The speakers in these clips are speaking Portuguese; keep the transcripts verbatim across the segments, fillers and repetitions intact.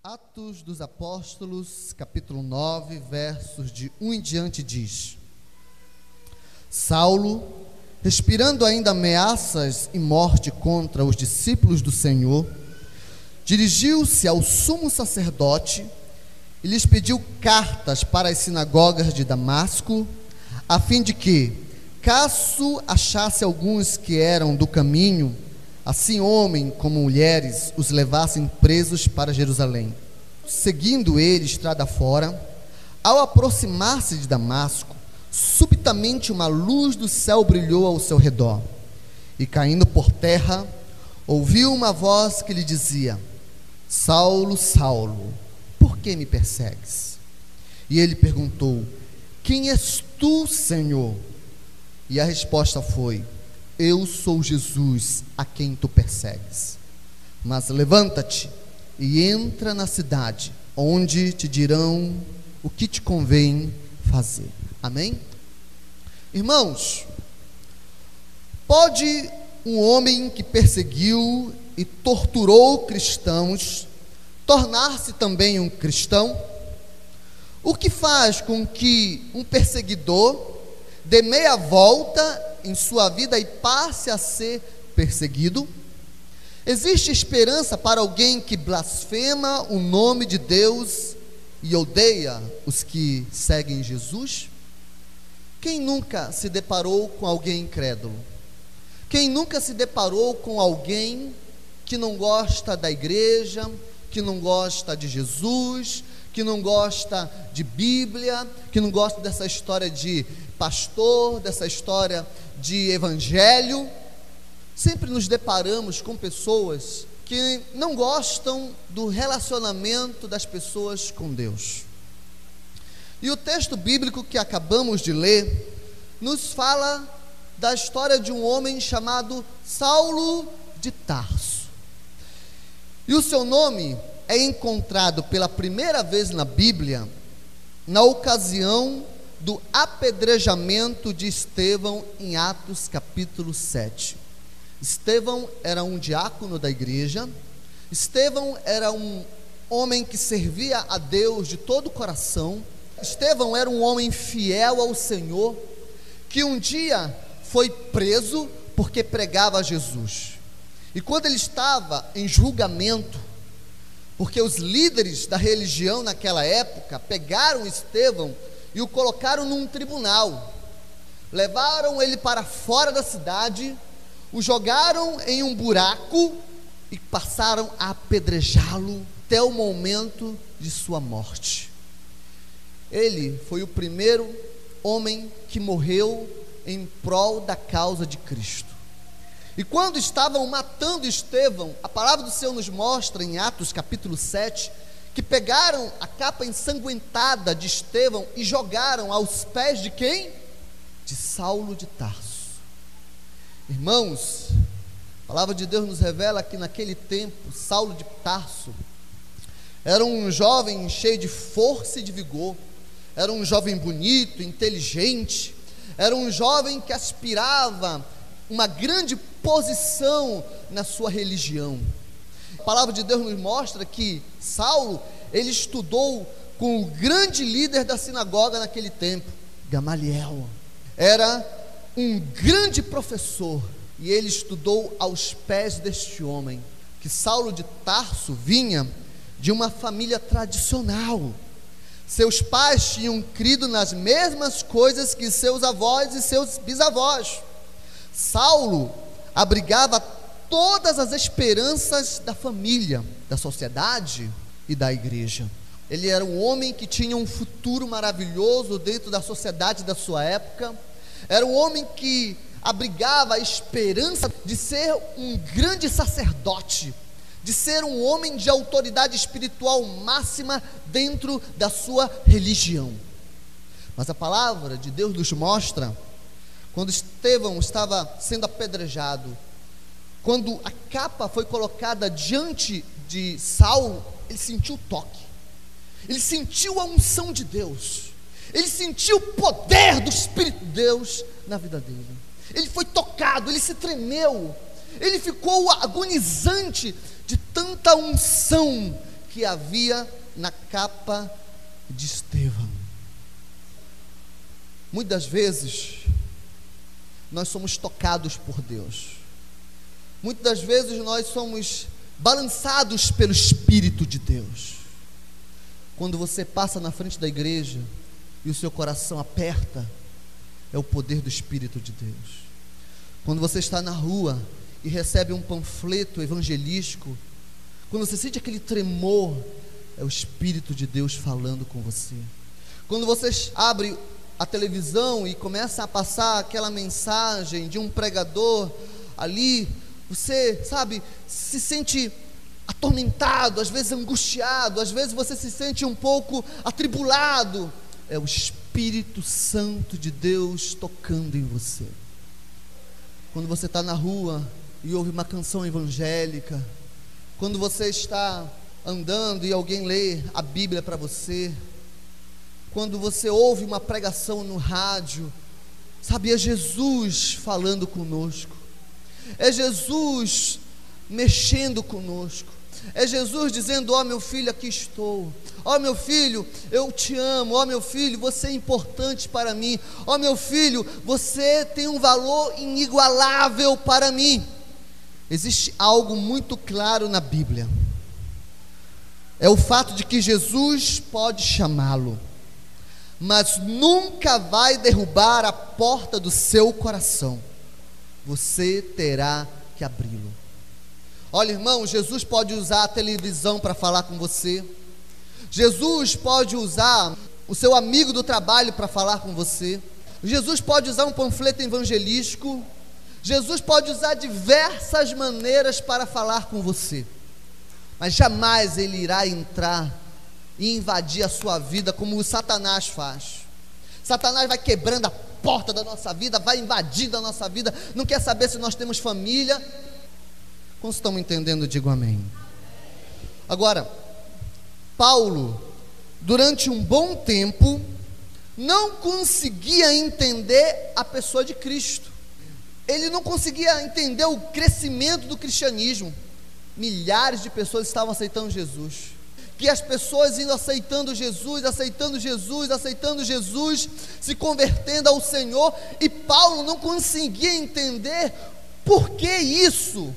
Atos dos Apóstolos, capítulo nove, versos de um em diante diz: Saulo, respirando ainda ameaças e morte contra os discípulos do Senhor, dirigiu-se ao sumo sacerdote e lhes pediu cartas para as sinagogas de Damasco, a fim de que, caso achasse alguns que eram do caminho, assim homens como mulheres, os levassem presos para Jerusalém. Seguindo ele estrada fora, ao aproximar-se de Damasco, subitamente uma luz do céu brilhou ao seu redor, e caindo por terra, ouviu uma voz que lhe dizia: Saulo, Saulo, por que me persegues? E ele perguntou: Quem és tu, Senhor? E a resposta foi: Eu sou Jesus, a quem tu persegues. Mas levanta-te e entra na cidade, onde te dirão o que te convém fazer. Amém? Irmãos, pode um homem que perseguiu e torturou cristãos tornar-se também um cristão? O que faz com que um perseguidor dê meia volta em sua vida e passe a ser perseguido? Existe esperança para alguém que blasfema o nome de Deus e odeia os que seguem Jesus? Quem nunca se deparou com alguém incrédulo? Quem nunca se deparou com alguém que não gosta da igreja, que não gosta de Jesus, que não gosta de Bíblia, que não gosta dessa história de pastor, dessa história de evangelho? Sempre nos deparamos com pessoas que não gostam do relacionamento das pessoas com Deus. E o texto bíblico que acabamos de ler nos fala da história de um homem chamado Saulo de Tarso. E o seu nome é encontrado pela primeira vez na Bíblia na ocasião do apedrejamento de Estevão em Atos capítulo sete. Estevão era um diácono da igreja. Estevão era um homem que servia a Deus de todo o coração. Estevão era um homem fiel ao Senhor, que um dia foi preso porque pregava a Jesus. E quando ele estava em julgamento, porque os líderes da religião naquela época pegaram Estevão e o colocaram num tribunal, levaram ele para fora da cidade, o jogaram em um buraco e passaram a apedrejá-lo até o momento de sua morte. Ele foi o primeiro homem que morreu em prol da causa de Cristo. E quando estavam matando Estevão, a palavra do Senhor nos mostra em Atos capítulo sete, que pegaram a capa ensanguentada de Estevão e jogaram aos pés de quem? De Saulo de Tarso. Irmãos, a palavra de Deus nos revela que naquele tempo, Saulo de Tarso era um jovem cheio de força e de vigor, era um jovem bonito, inteligente, era um jovem que aspirava uma grande posição na sua religião. A palavra de Deus nos mostra que Saulo, ele estudou com o grande líder da sinagoga naquele tempo, Gamaliel. Era um grande professor, e ele estudou aos pés deste homem. Que Saulo de Tarso vinha de uma família tradicional. Seus pais tinham crido nas mesmas coisas que seus avós e seus bisavós. Saulo abrigava todas as esperanças da família, da sociedade e da igreja. Ele era um homem que tinha um futuro maravilhoso dentro da sociedade da sua época. Era um homem que abrigava a esperança de ser um grande sacerdote, de ser um homem de autoridade espiritual máxima dentro da sua religião. Mas a palavra de Deus nos mostra, quando Estevão estava sendo apedrejado, quando a capa foi colocada diante de Saulo, ele sentiu o toque, ele sentiu a unção de Deus, ele sentiu o poder do Espírito de Deus na vida dele. Ele foi tocado, ele se tremeu, ele ficou agonizante de tanta unção que havia na capa de Estevão. Muitas vezes nós somos tocados por Deus. Muitas vezes nós somos balançados pelo Espírito de Deus. Quando você passa na frente da igreja e o seu coração aperta, é o poder do Espírito de Deus. Quando você está na rua e recebe um panfleto evangelístico, quando você sente aquele tremor, é o Espírito de Deus falando com você. Quando você abre a televisão e começa a passar aquela mensagem de um pregador ali, você, sabe, se sente atormentado, às vezes angustiado, às vezes você se sente um pouco atribulado. É o Espírito Santo de Deus tocando em você. Quando você está na rua e ouve uma canção evangélica, quando você está andando e alguém lê a Bíblia para você, quando você ouve uma pregação no rádio, sabe, é Jesus falando conosco, é Jesus mexendo conosco, é Jesus dizendo: ó meu filho, aqui estou, ó meu filho, eu te amo, ó meu filho, você é importante para mim, ó meu filho, você tem um valor inigualável para mim. Existe algo muito claro na Bíblia, é o fato de que Jesus pode chamá-lo, mas nunca vai derrubar a porta do seu coração. Você terá que abri-lo. Olha, irmão, Jesus pode usar a televisão para falar com você. Jesus pode usar o seu amigo do trabalho para falar com você. Jesus pode usar um panfleto evangelístico. Jesus pode usar diversas maneiras para falar com você, mas jamais ele irá entrar e invadir a sua vida como o Satanás faz. Satanás vai quebrando a porta da nossa vida, vai invadindo a nossa vida, não quer saber se nós temos família. Quantos estão me entendendo? Digo amém. Agora, Paulo, durante um bom tempo, não conseguia entender a pessoa de Cristo. Ele não conseguia entender o crescimento do cristianismo. Milhares de pessoas estavam aceitando Jesus, que as pessoas indo aceitando Jesus, aceitando Jesus, aceitando Jesus, se convertendo ao Senhor, e Paulo não conseguia entender por que isso.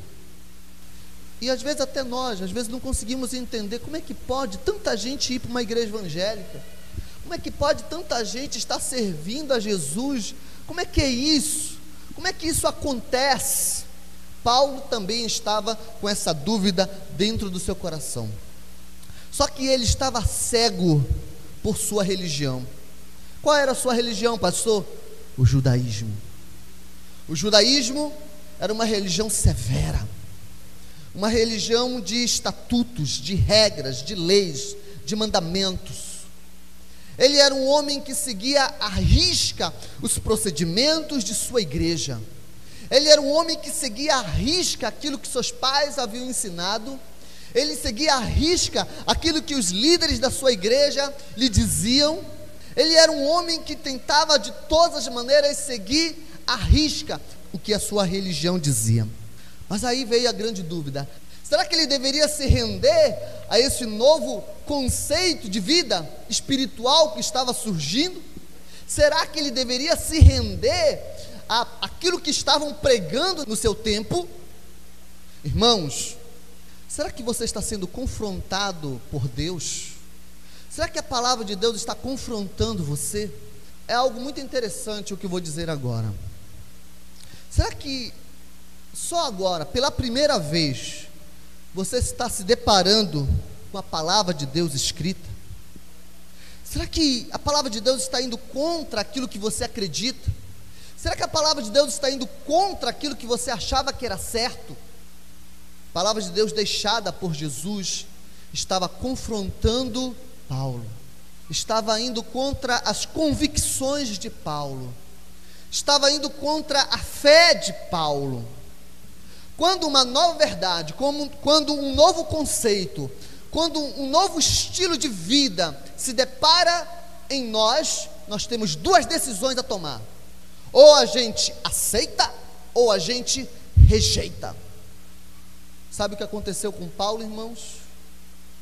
E às vezes até nós, às vezes não conseguimos entender como é que pode tanta gente ir para uma igreja evangélica, como é que pode tanta gente estar servindo a Jesus, como é que é isso, como é que isso acontece? Paulo também estava com essa dúvida dentro do seu coração, só que ele estava cego por sua religião. Qual era a sua religião, pastor? O judaísmo. O judaísmo era uma religião severa, uma religião de estatutos, de regras, de leis, de mandamentos. Ele era um homem que seguia à risca os procedimentos de sua igreja. Ele era um homem que seguia à risca aquilo que seus pais haviam ensinado. Ele seguia à risca aquilo que os líderes da sua igreja lhe diziam. Ele era um homem que tentava de todas as maneiras seguir à risca o que a sua religião dizia. Mas aí veio a grande dúvida: será que ele deveria se render a esse novo conceito de vida espiritual que estava surgindo? Será que ele deveria se render a aquilo que estavam pregando no seu tempo? Irmãos, será que você está sendo confrontado por Deus? Será que a palavra de Deus está confrontando você? É algo muito interessante o que eu vou dizer agora. Será que só agora, pela primeira vez, você está se deparando com a palavra de Deus escrita? Será que a palavra de Deus está indo contra aquilo que você acredita? Será que a palavra de Deus está indo contra aquilo que você achava que era certo? A palavra de Deus deixada por Jesus estava confrontando Paulo, estava indo contra as convicções de Paulo, estava indo contra a fé de Paulo. Quando uma nova verdade, como, quando um novo conceito, quando um novo estilo de vida se depara em nós, nós temos duas decisões a tomar: ou a gente aceita, ou a gente rejeita. Sabe o que aconteceu com Paulo, irmãos?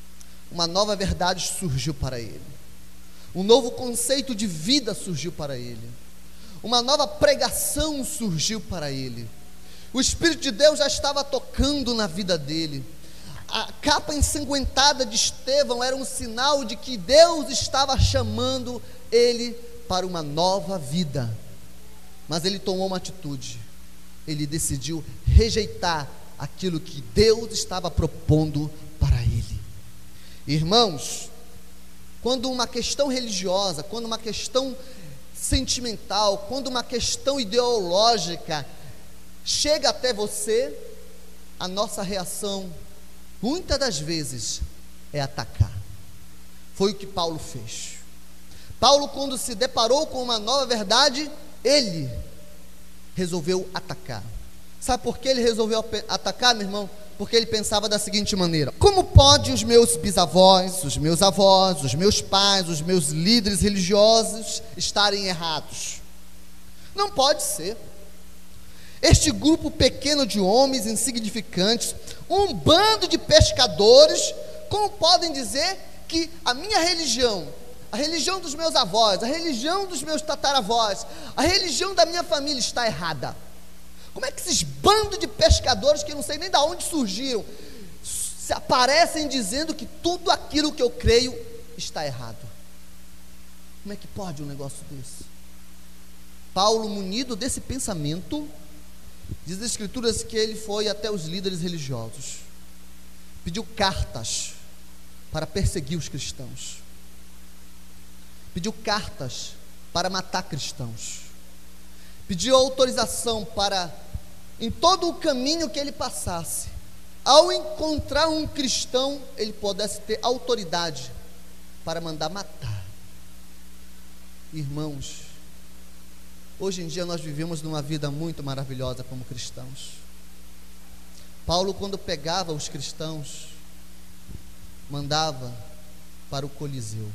uma nova verdade surgiu para ele, um novo conceito de vida surgiu para ele, uma nova pregação surgiu para ele. O Espírito de Deus já estava tocando na vida dele. A capa ensanguentada de Estevão era um sinal de que Deus estava chamando ele para uma nova vida. Mas ele tomou uma atitude. Ele decidiu rejeitar aquilo que Deus estava propondo para ele. Irmãos, quando uma questão religiosa, quando uma questão sentimental, quando uma questão ideológica chega até você, a nossa reação, muitas das vezes, é atacar. Foi o que Paulo fez. Paulo, quando se deparou com uma nova verdade, ele resolveu atacar. Sabe por que ele resolveu atacar, meu irmão? Porque ele pensava da seguinte maneira: como pode os meus bisavós, os meus avós, os meus pais, os meus líderes religiosos estarem errados? Não pode ser. Este grupo pequeno de homens insignificantes, um bando de pescadores, como podem dizer que a minha religião, a religião dos meus avós, a religião dos meus tataravós, a religião da minha família está errada? Como é que esses bandos de pescadores, que eu não sei nem de onde surgiram, se aparecem dizendo que tudo aquilo que eu creio está errado? Como é que pode um negócio desse? Paulo, munido desse pensamento, diz as Escrituras que ele foi até os líderes religiosos, pediu cartas para perseguir os cristãos, pediu cartas para matar cristãos, pediu autorização para, em todo o caminho que ele passasse, ao encontrar um cristão, ele pudesse ter autoridade para mandar matar. Irmãos, hoje em dia nós vivemos numa vida muito maravilhosa como cristãos. Paulo, quando pegava os cristãos, mandava para o Coliseu.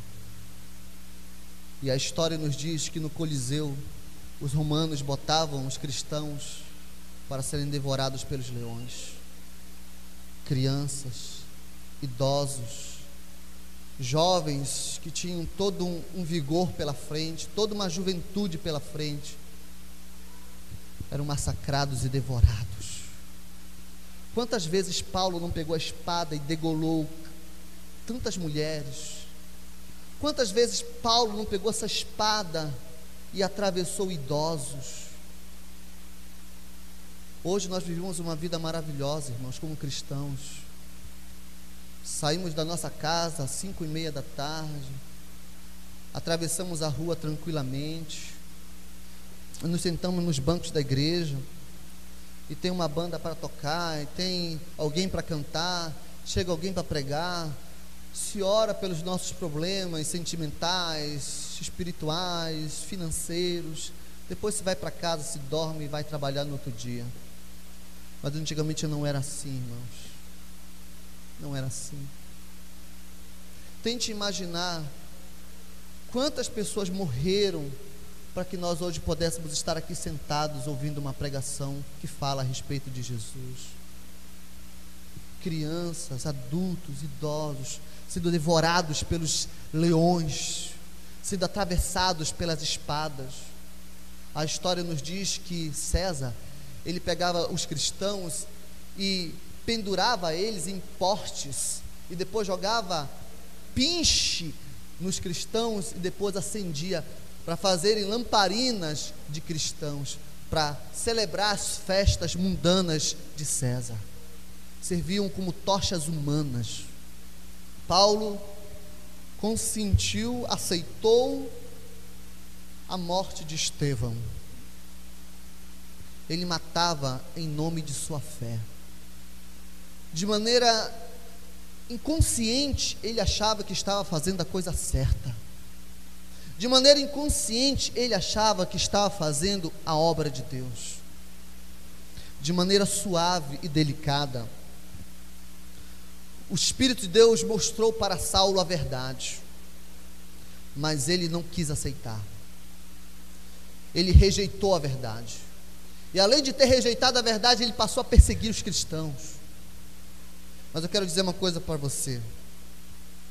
E a história nos diz que no Coliseu os romanos botavam os cristãos para serem devorados pelos leões. Crianças, idosos, jovens que tinham todo um, um vigor pela frente, toda uma juventude pela frente, eram massacrados e devorados. Quantas vezes Paulo não pegou a espada e degolou tantas mulheres? Quantas vezes Paulo não pegou essa espada e atravessou idosos? Hoje nós vivemos uma vida maravilhosa, irmãos, como cristãos. Saímos da nossa casa às cinco e meia da tarde, atravessamos a rua tranquilamente, nos sentamos nos bancos da igreja, e tem uma banda para tocar, e tem alguém para cantar, chega alguém para pregar, se ora pelos nossos problemas sentimentais, espirituais, financeiros, depois se vai para casa, se dorme e vai trabalhar no outro dia. Mas antigamente não era assim, irmãos. Não era assim. Tente imaginar quantas pessoas morreram para que nós hoje pudéssemos estar aqui sentados ouvindo uma pregação que fala a respeito de Jesus. Crianças, adultos, idosos sendo devorados pelos leões, sendo atravessados pelas espadas. A história nos diz que César, ele pegava os cristãos e pendurava eles em postes, e depois jogava pinche nos cristãos, e depois acendia para fazerem lamparinas de cristãos, para celebrar as festas mundanas de César. Serviam como tochas humanas. Paulo consentiu, aceitou a morte de Estevão. Ele matava em nome de sua fé. De maneira inconsciente, ele achava que estava fazendo a coisa certa. De maneira inconsciente, ele achava que estava fazendo a obra de Deus. De maneira suave e delicada, o Espírito de Deus mostrou para Saulo a verdade, mas ele não quis aceitar. Ele rejeitou a verdade. E além de ter rejeitado a verdade, ele passou a perseguir os cristãos. Mas eu quero dizer uma coisa para você: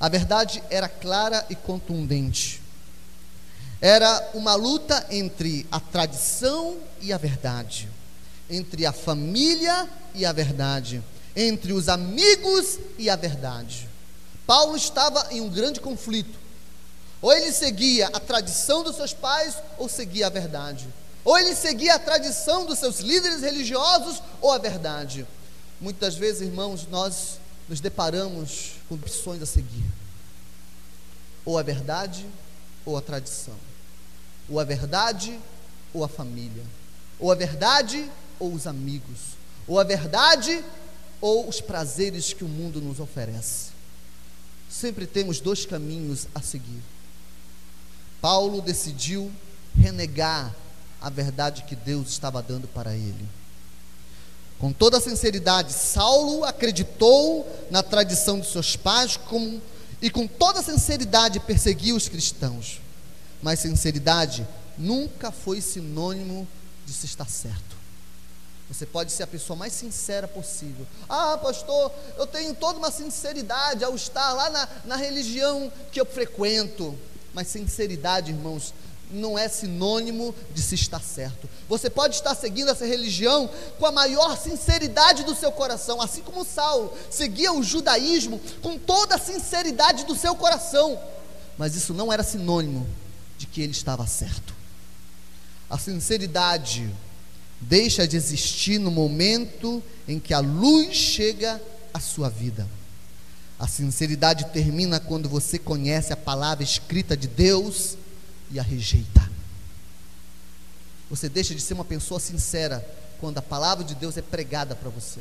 A verdade era clara e contundente. Era uma luta entre a tradição e a verdade, entre a família e a verdade, entre os amigos e a verdade. Paulo estava em um grande conflito. Ou ele seguia a tradição dos seus pais, ou seguia a verdade. Ou ele seguia a tradição dos seus líderes religiosos, ou a verdade. Muitas vezes, irmãos, nós nos deparamos com opções a seguir: ou a verdade, ou a tradição, ou a verdade, ou a família, ou a verdade, ou os amigos, ou a verdade, ou os prazeres que o mundo nos oferece. Sempre temos dois caminhos a seguir. Paulo decidiu renegar a verdade que Deus estava dando para ele. Com toda a sinceridade, Saulo acreditou na tradição de seus pais como, e com toda a sinceridade perseguiu os cristãos. Mas sinceridade nunca foi sinônimo de se estar certo. Você pode ser a pessoa mais sincera possível. Ah, pastor, eu tenho toda uma sinceridade ao estar lá na, na religião que eu frequento. Mas sinceridade, irmãos, não é sinônimo de se estar certo. Você pode estar seguindo essa religião com a maior sinceridade do seu coração, assim como Saulo seguia o judaísmo com toda a sinceridade do seu coração, mas isso não era sinônimo de que ele estava certo. A sinceridade deixa de existir no momento em que a luz chega à sua vida. A sinceridade termina quando você conhece a palavra escrita de Deus e a rejeita. Você deixa de ser uma pessoa sincera quando a palavra de Deus é pregada para você.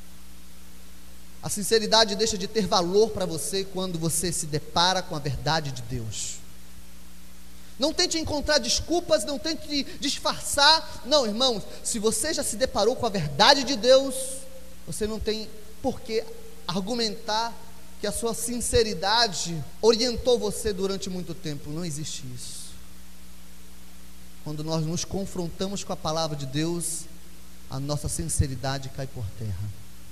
A sinceridade deixa de ter valor para você quando você se depara com a verdade de Deus. Não tente encontrar desculpas, não tente disfarçar. Não, irmãos, se você já se deparou com a verdade de Deus, você não tem por que argumentar que a sua sinceridade orientou você durante muito tempo. Não existe isso. Quando nós nos confrontamos com a palavra de Deus, a nossa sinceridade cai por terra.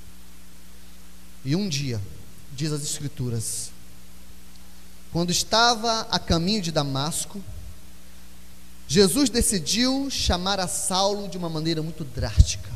E um dia, diz as Escrituras, quando estava a caminho de Damasco, Jesus decidiu chamar a Saulo de uma maneira muito drástica.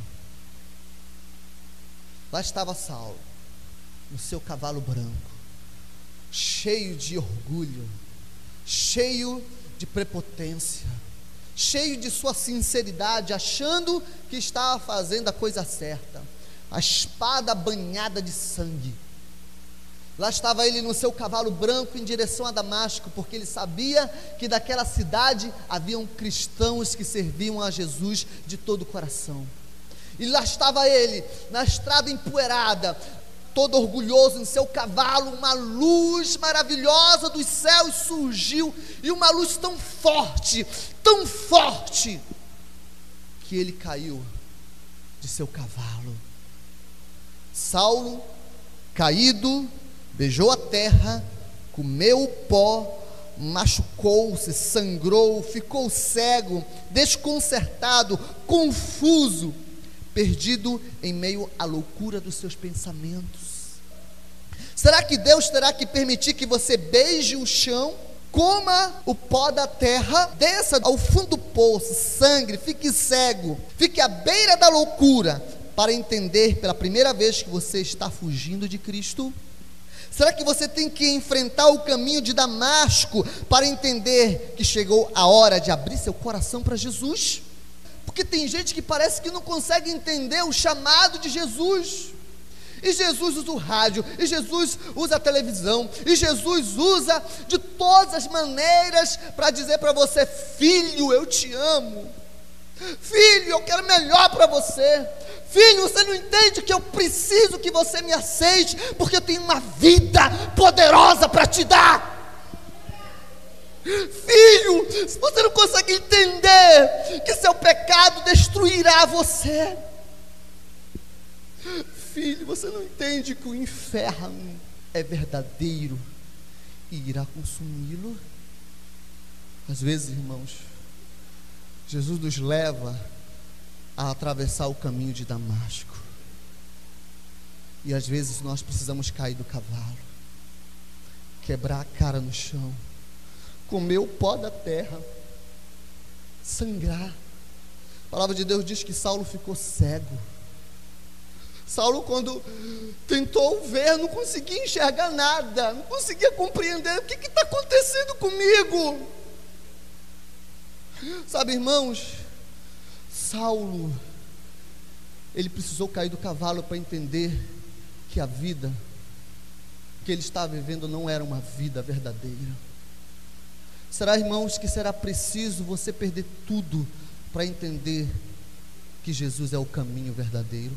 Lá estava Saulo, no seu cavalo branco, cheio de orgulho, cheio de prepotência, cheio de sua sinceridade, achando que estava fazendo a coisa certa, a espada banhada de sangue. Lá estava ele no seu cavalo branco em direção a Damasco, porque ele sabia que daquela cidade haviam cristãos que serviam a Jesus de todo o coração. E lá estava ele, na estrada empoeirada, todo orgulhoso em seu cavalo. Uma luz maravilhosa dos céus surgiu, e uma luz tão forte, tão forte, que ele caiu de seu cavalo. Saulo, caído, beijou a terra, comeu o pó, machucou-se, sangrou, ficou cego, desconcertado, confuso, perdido em meio à loucura dos seus pensamentos. Será que Deus terá que permitir que você beije o chão, coma o pó da terra, desça ao fundo do poço, sangre, fique cego, fique à beira da loucura, para entender pela primeira vez que você está fugindo de Cristo? Será que você tem que enfrentar o caminho de Damasco para entender que chegou a hora de abrir seu coração para Jesus? Porque tem gente que parece que não consegue entender o chamado de Jesus. E Jesus usa o rádio, e Jesus usa a televisão, e Jesus usa de todas as maneiras para dizer para você: filho, eu te amo. Filho, eu quero melhor para você. Filho, você não entende que eu preciso que você me aceite, porque eu tenho uma vida poderosa para te dar. Filho, você não consegue entender que seu pecado destruirá você. Filho, você não entende que o inferno é verdadeiro e irá consumi-lo. Às vezes, irmãos, Jesus nos leva a atravessar o caminho de Damasco, e às vezes nós precisamos cair do cavalo, quebrar a cara no chão, comer o pó da terra, sangrar. A palavra de Deus diz que Saulo ficou cego. Saulo, quando tentou ver, não conseguia enxergar nada, não conseguia compreender o que está acontecendo comigo. Sabe, irmãos, Saulo, ele precisou cair do cavalo para entender que a vida que ele estava vivendo não era uma vida verdadeira. Será, irmãos, que será preciso você perder tudo para entender que Jesus é o caminho verdadeiro?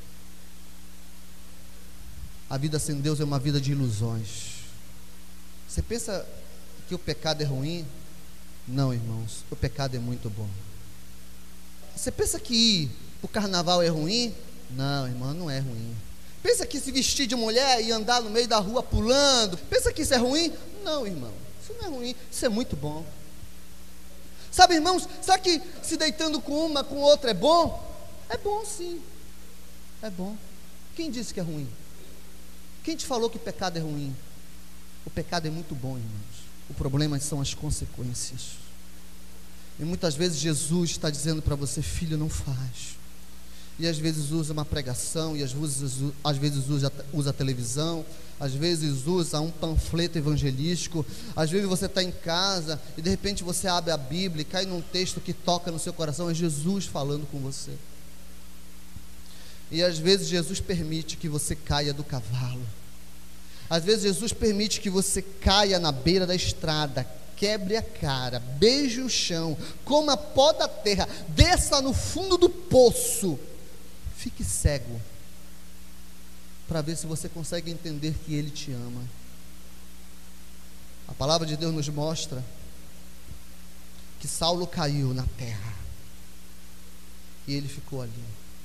A vida sem Deus é uma vida de ilusões. Você pensa que o pecado é ruim? Não, irmãos, o pecado é muito bom. Você pensa que ir para o carnaval é ruim? Não, irmão, não é ruim. Pensa que se vestir de mulher e andar no meio da rua pulando, pensa que isso é ruim? Não, irmão, isso não é ruim, isso é muito bom. Sabe, irmãos, será que se deitando com uma, com outra é bom? É bom sim, é bom. Quem disse que é ruim? Quem te falou que o pecado é ruim? O pecado é muito bom, irmãos. O problema são as consequências. E muitas vezes Jesus está dizendo para você: filho, não faz. E às vezes usa uma pregação, e às vezes, às vezes usa, usa a televisão, às vezes usa um panfleto evangelístico, às vezes você está em casa e de repente você abre a Bíblia e cai num texto que toca no seu coração, é Jesus falando com você. E às vezes Jesus permite que você caia do cavalo. Às vezes Jesus permite que você caia na beira da estrada, quebre a cara, beije o chão, coma pó da terra, desça no fundo do poço, fique cego, para ver se você consegue entender que Ele te ama. A palavra de Deus nos mostra que Saulo caiu na terra e ele ficou ali.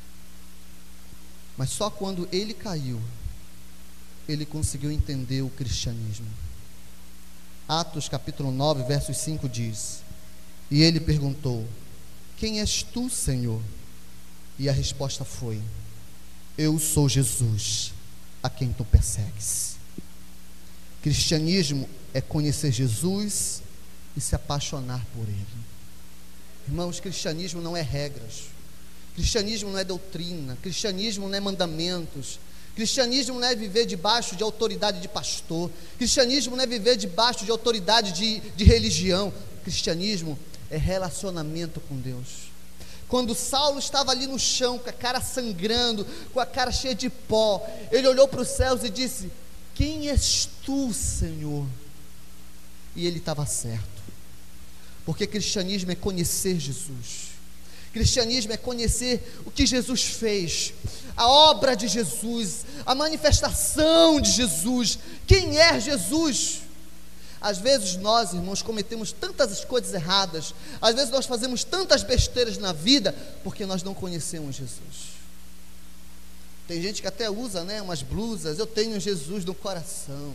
Mas só quando ele caiu, ele conseguiu entender o cristianismo. Atos capítulo nove, versos cinco diz: e ele perguntou: quem és tu, Senhor? E a resposta foi: eu sou Jesus, a quem tu persegues. Cristianismo é conhecer Jesus e se apaixonar por Ele. Irmãos, cristianismo não é regras, cristianismo não é doutrina, cristianismo não é mandamentos, cristianismo não é viver debaixo de autoridade de pastor, cristianismo não é viver debaixo de autoridade de, de religião. Cristianismo é relacionamento com Deus. Quando Saulo estava ali no chão, com a cara sangrando, com a cara cheia de pó, ele olhou para os céus e disse: quem és tu, Senhor? E ele estava certo, porque cristianismo é conhecer Jesus. Cristianismo é conhecer o que Jesus fez, a obra de Jesus, a manifestação de Jesus. Quem é Jesus? Às vezes nós, irmãos, cometemos tantas coisas erradas, às vezes nós fazemos tantas besteiras na vida, porque nós não conhecemos Jesus. Tem gente que até usa, né, umas blusas: eu tenho Jesus no coração,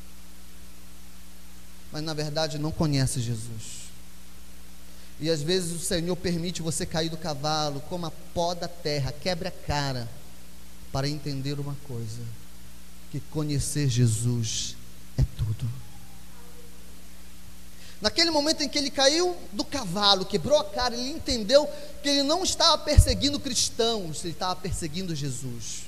mas na verdade não conhece Jesus. E às vezes o Senhor permite você cair do cavalo, como a pó da terra, quebra a cara, para entender uma coisa: que conhecer Jesus é tudo. Naquele momento em que ele caiu do cavalo, quebrou a cara, ele entendeu que ele não estava perseguindo cristãos, ele estava perseguindo Jesus.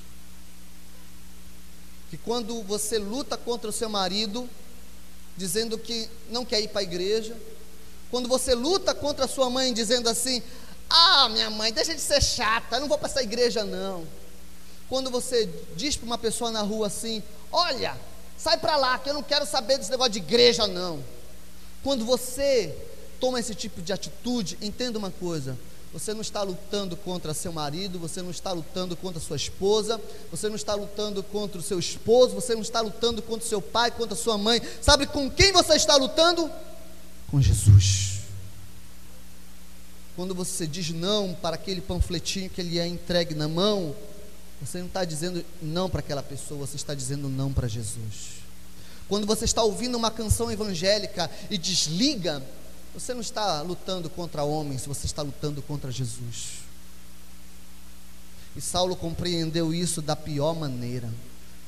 Que quando você luta contra o seu marido, dizendo que não quer ir para a igreja, quando você luta contra a sua mãe, dizendo assim: ah, minha mãe, deixa de ser chata, eu não vou para essa igreja não. Quando você diz para uma pessoa na rua assim: olha, sai para lá, que eu não quero saber desse negócio de igreja não. Quando você toma esse tipo de atitude, entenda uma coisa: você não está lutando contra seu marido, você não está lutando contra sua esposa, você não está lutando contra o seu esposo, você não está lutando contra o seu pai, contra a sua mãe. Sabe com quem você está lutando? Com Jesus. Quando você diz não para aquele panfletinho que ele é entregue na mão, você não está dizendo não para aquela pessoa, você está dizendo não para Jesus. Quando você está ouvindo uma canção evangélica e desliga, você não está lutando contra homens, você está lutando contra Jesus. E Saulo compreendeu isso da pior maneira.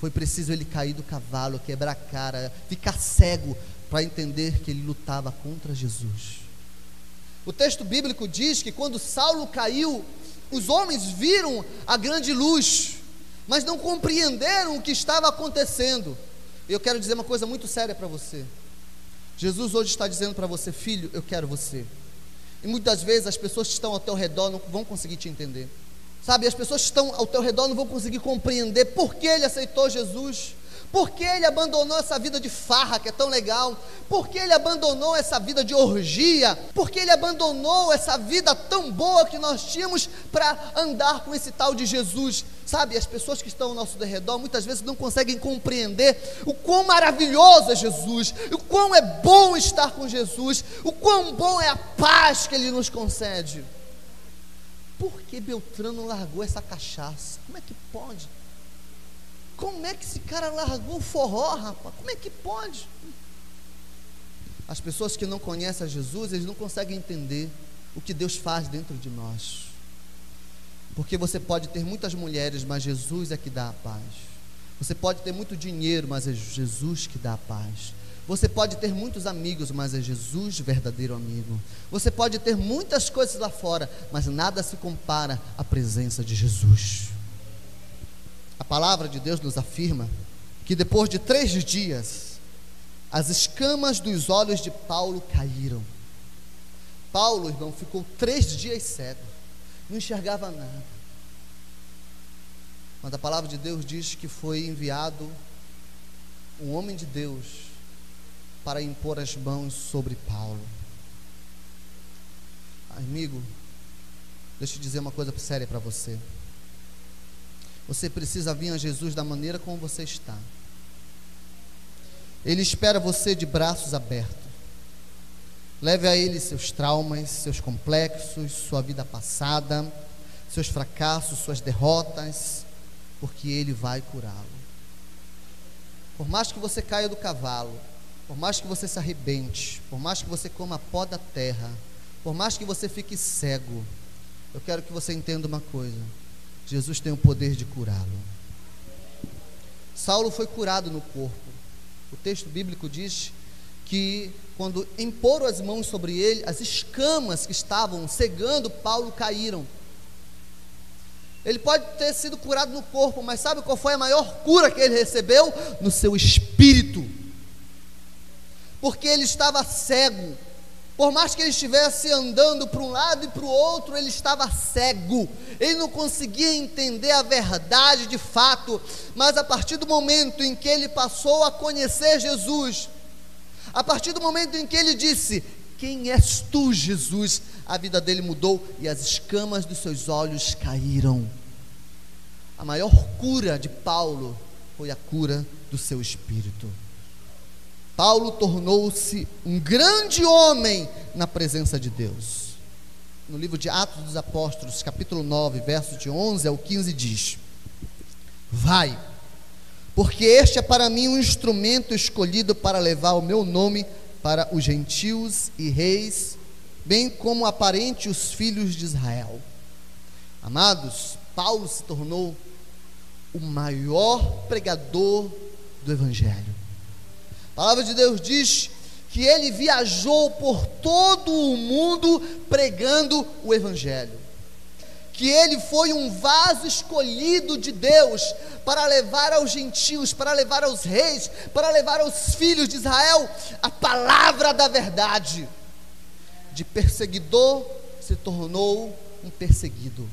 foi preciso ele cair do cavalo, quebrar a cara, ficar cego, para entender que ele lutava contra Jesus. O texto bíblico diz que quando Saulo caiu, os homens viram a grande luz, mas não compreenderam o que estava acontecendo. Eu quero dizer uma coisa muito séria para você. Jesus hoje está dizendo para você: filho, eu quero você. E muitas vezes as pessoas que estão ao teu redor não vão conseguir te entender. Sabe, as pessoas que estão ao teu redor não vão conseguir compreender por que ele aceitou Jesus, por que ele abandonou essa vida de farra que é tão legal, por que ele abandonou essa vida de orgia, por que ele abandonou essa vida tão boa que nós tínhamos para andar com esse tal de Jesus. Sabe, as pessoas que estão ao nosso redor muitas vezes não conseguem compreender o quão maravilhoso é Jesus, o quão é bom estar com Jesus, o quão bom é a paz que ele nos concede. Por que Beltrano largou essa cachaça? Como é que pode? Como é que esse cara largou o forró, rapaz? Como é que pode? As pessoas que não conhecem a Jesus, eles não conseguem entender o que Deus faz dentro de nós. Porque você pode ter muitas mulheres, mas Jesus é que dá a paz. Você pode ter muito dinheiro, mas é Jesus que dá a paz. Você pode ter muitos amigos, mas é Jesus verdadeiro amigo. Você pode ter muitas coisas lá fora, mas nada se compara à presença de Jesus. A palavra de Deus nos afirma que depois de três dias, as escamas dos olhos de Paulo caíram. Paulo, irmão, ficou três dias cego, não enxergava nada. Mas a palavra de Deus diz que foi enviado um homem de Deus para impor as mãos sobre Paulo. Amigo, deixa eu dizer uma coisa séria para você. Você precisa vir a Jesus da maneira como você está. Ele espera você de braços abertos. Leve a Ele seus traumas, seus complexos, sua vida passada, seus fracassos, suas derrotas, porque Ele vai curá-lo. Por mais que você caia do cavalo, por mais que você se arrebente, por mais que você coma pó da terra, por mais que você fique cego, eu quero que você entenda uma coisa: Jesus tem o poder de curá-lo. Saulo foi curado no corpo. O texto bíblico diz que quando imporam as mãos sobre ele, as escamas que estavam cegando Paulo caíram. Ele pode ter sido curado no corpo, mas sabe qual foi a maior cura que ele recebeu? No seu espírito. Porque ele estava cego. Por mais que ele estivesse andando para um lado e para o outro, ele estava cego, ele não conseguia entender a verdade de fato. Mas a partir do momento em que ele passou a conhecer Jesus, a partir do momento em que ele disse: quem és tu, Jesus? A vida dele mudou e as escamas dos seus olhos caíram. A maior cura de Paulo foi a cura do seu espírito. Paulo tornou-se um grande homem na presença de Deus. No livro de Atos dos Apóstolos, capítulo nove, versos de onze ao quinze, diz: vai, porque este é para mim um instrumento escolhido para levar o meu nome para os gentios e reis, bem como aparente os filhos de Israel. Amados, Paulo se tornou o maior pregador do Evangelho. A palavra de Deus diz que ele viajou por todo o mundo pregando o Evangelho, que ele foi um vaso escolhido de Deus para levar aos gentios, para levar aos reis, para levar aos filhos de Israel a palavra da verdade. De perseguidor se tornou um perseguido.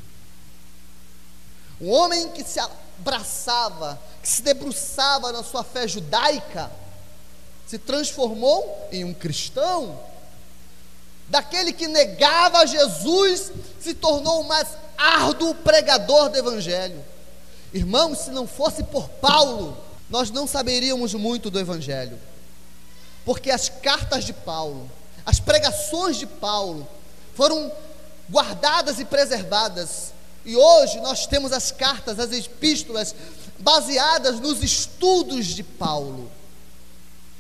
Um homem que se abraçava, que se debruçava na sua fé judaica, se transformou em um cristão. Daquele que negava Jesus, se tornou o mais árduo pregador do Evangelho. Irmãos, se não fosse por Paulo, nós não saberíamos muito do Evangelho, porque as cartas de Paulo, as pregações de Paulo foram guardadas e preservadas, e hoje nós temos as cartas, as epístolas baseadas nos estudos de Paulo.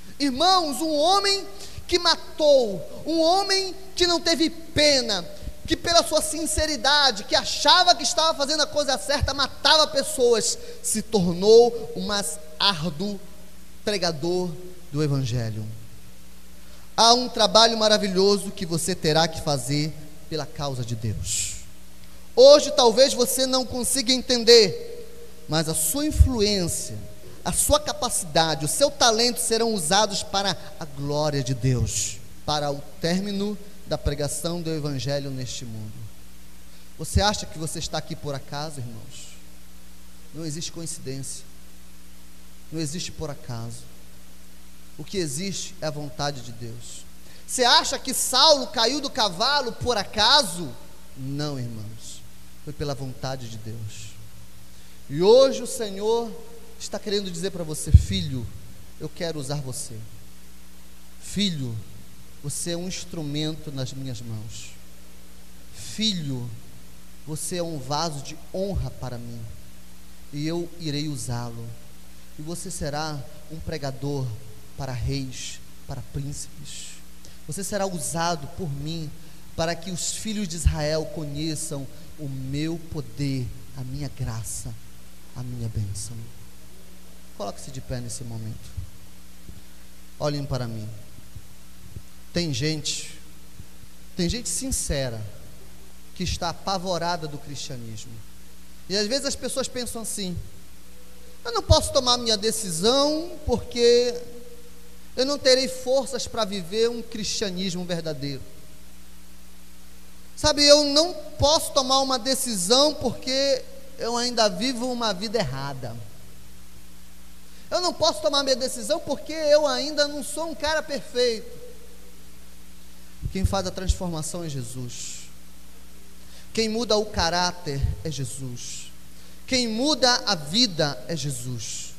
Irmãos, um homem que matou, um homem que não teve pena, que pela sua sinceridade, que achava que estava fazendo a coisa certa, matava pessoas, se tornou um mais árduo pregador do Evangelho. Há um trabalho maravilhoso que você terá que fazer pela causa de Deus. Hoje talvez você não consiga entender, mas a sua influência, a sua capacidade, o seu talento serão usados para a glória de Deus, para o término da pregação do Evangelho neste mundo. Você acha que você está aqui por acaso, irmãos? Não existe coincidência, não existe por acaso. O que existe é a vontade de Deus. Você acha que Saulo caiu do cavalo por acaso? Não, irmãos, foi pela vontade de Deus. E hoje o Senhor está querendo dizer para você: filho, eu quero usar você. Filho, você é um instrumento nas minhas mãos. Filho, você é um vaso de honra para mim, e eu irei usá-lo. E você será um pregador para reis, para príncipes. Você será usado por mim para que os filhos de Israel conheçam o meu poder, a minha graça, a minha bênção. Coloque-se de pé nesse momento. Olhem para mim. Tem gente, tem gente sincera, que está apavorada do cristianismo. E às vezes as pessoas pensam assim: eu não posso tomar minha decisão porque eu não terei forças para viver um cristianismo verdadeiro. Sabe, eu não posso tomar uma decisão porque eu ainda vivo uma vida errada. Eu não posso tomar minha decisão porque eu ainda não sou um cara perfeito. Quem faz a transformação é Jesus. Quem muda o caráter é Jesus. Quem muda a vida é Jesus.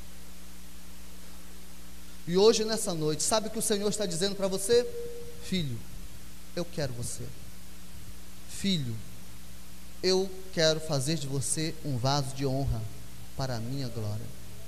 E hoje, nessa noite, sabe o que o Senhor está dizendo para você? Filho, eu quero você. Filho, eu quero fazer de você um vaso de honra para a minha glória.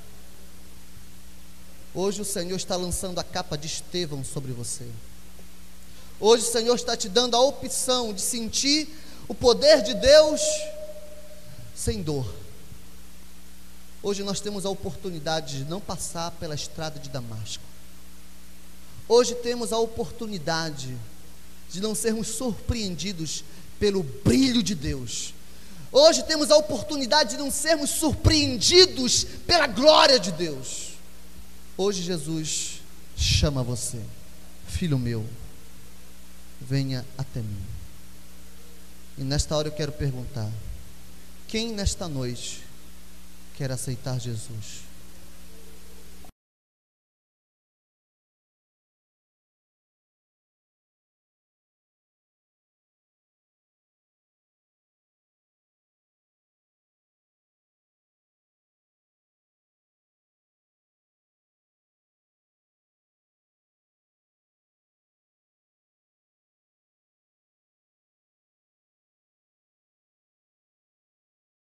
Hoje o Senhor está lançando a capa de Estevão sobre você. Hoje o Senhor está te dando a opção de sentir o poder de Deus sem dor. Hoje nós temos a oportunidade de não passar pela estrada de Damasco. Hoje temos a oportunidade de não sermos surpreendidos pelo brilho de Deus. Hoje temos a oportunidade de não sermos surpreendidos pela glória de Deus. Hoje Jesus chama você: filho meu, venha até mim. E nesta hora eu quero perguntar: quem nesta noite quer aceitar Jesus?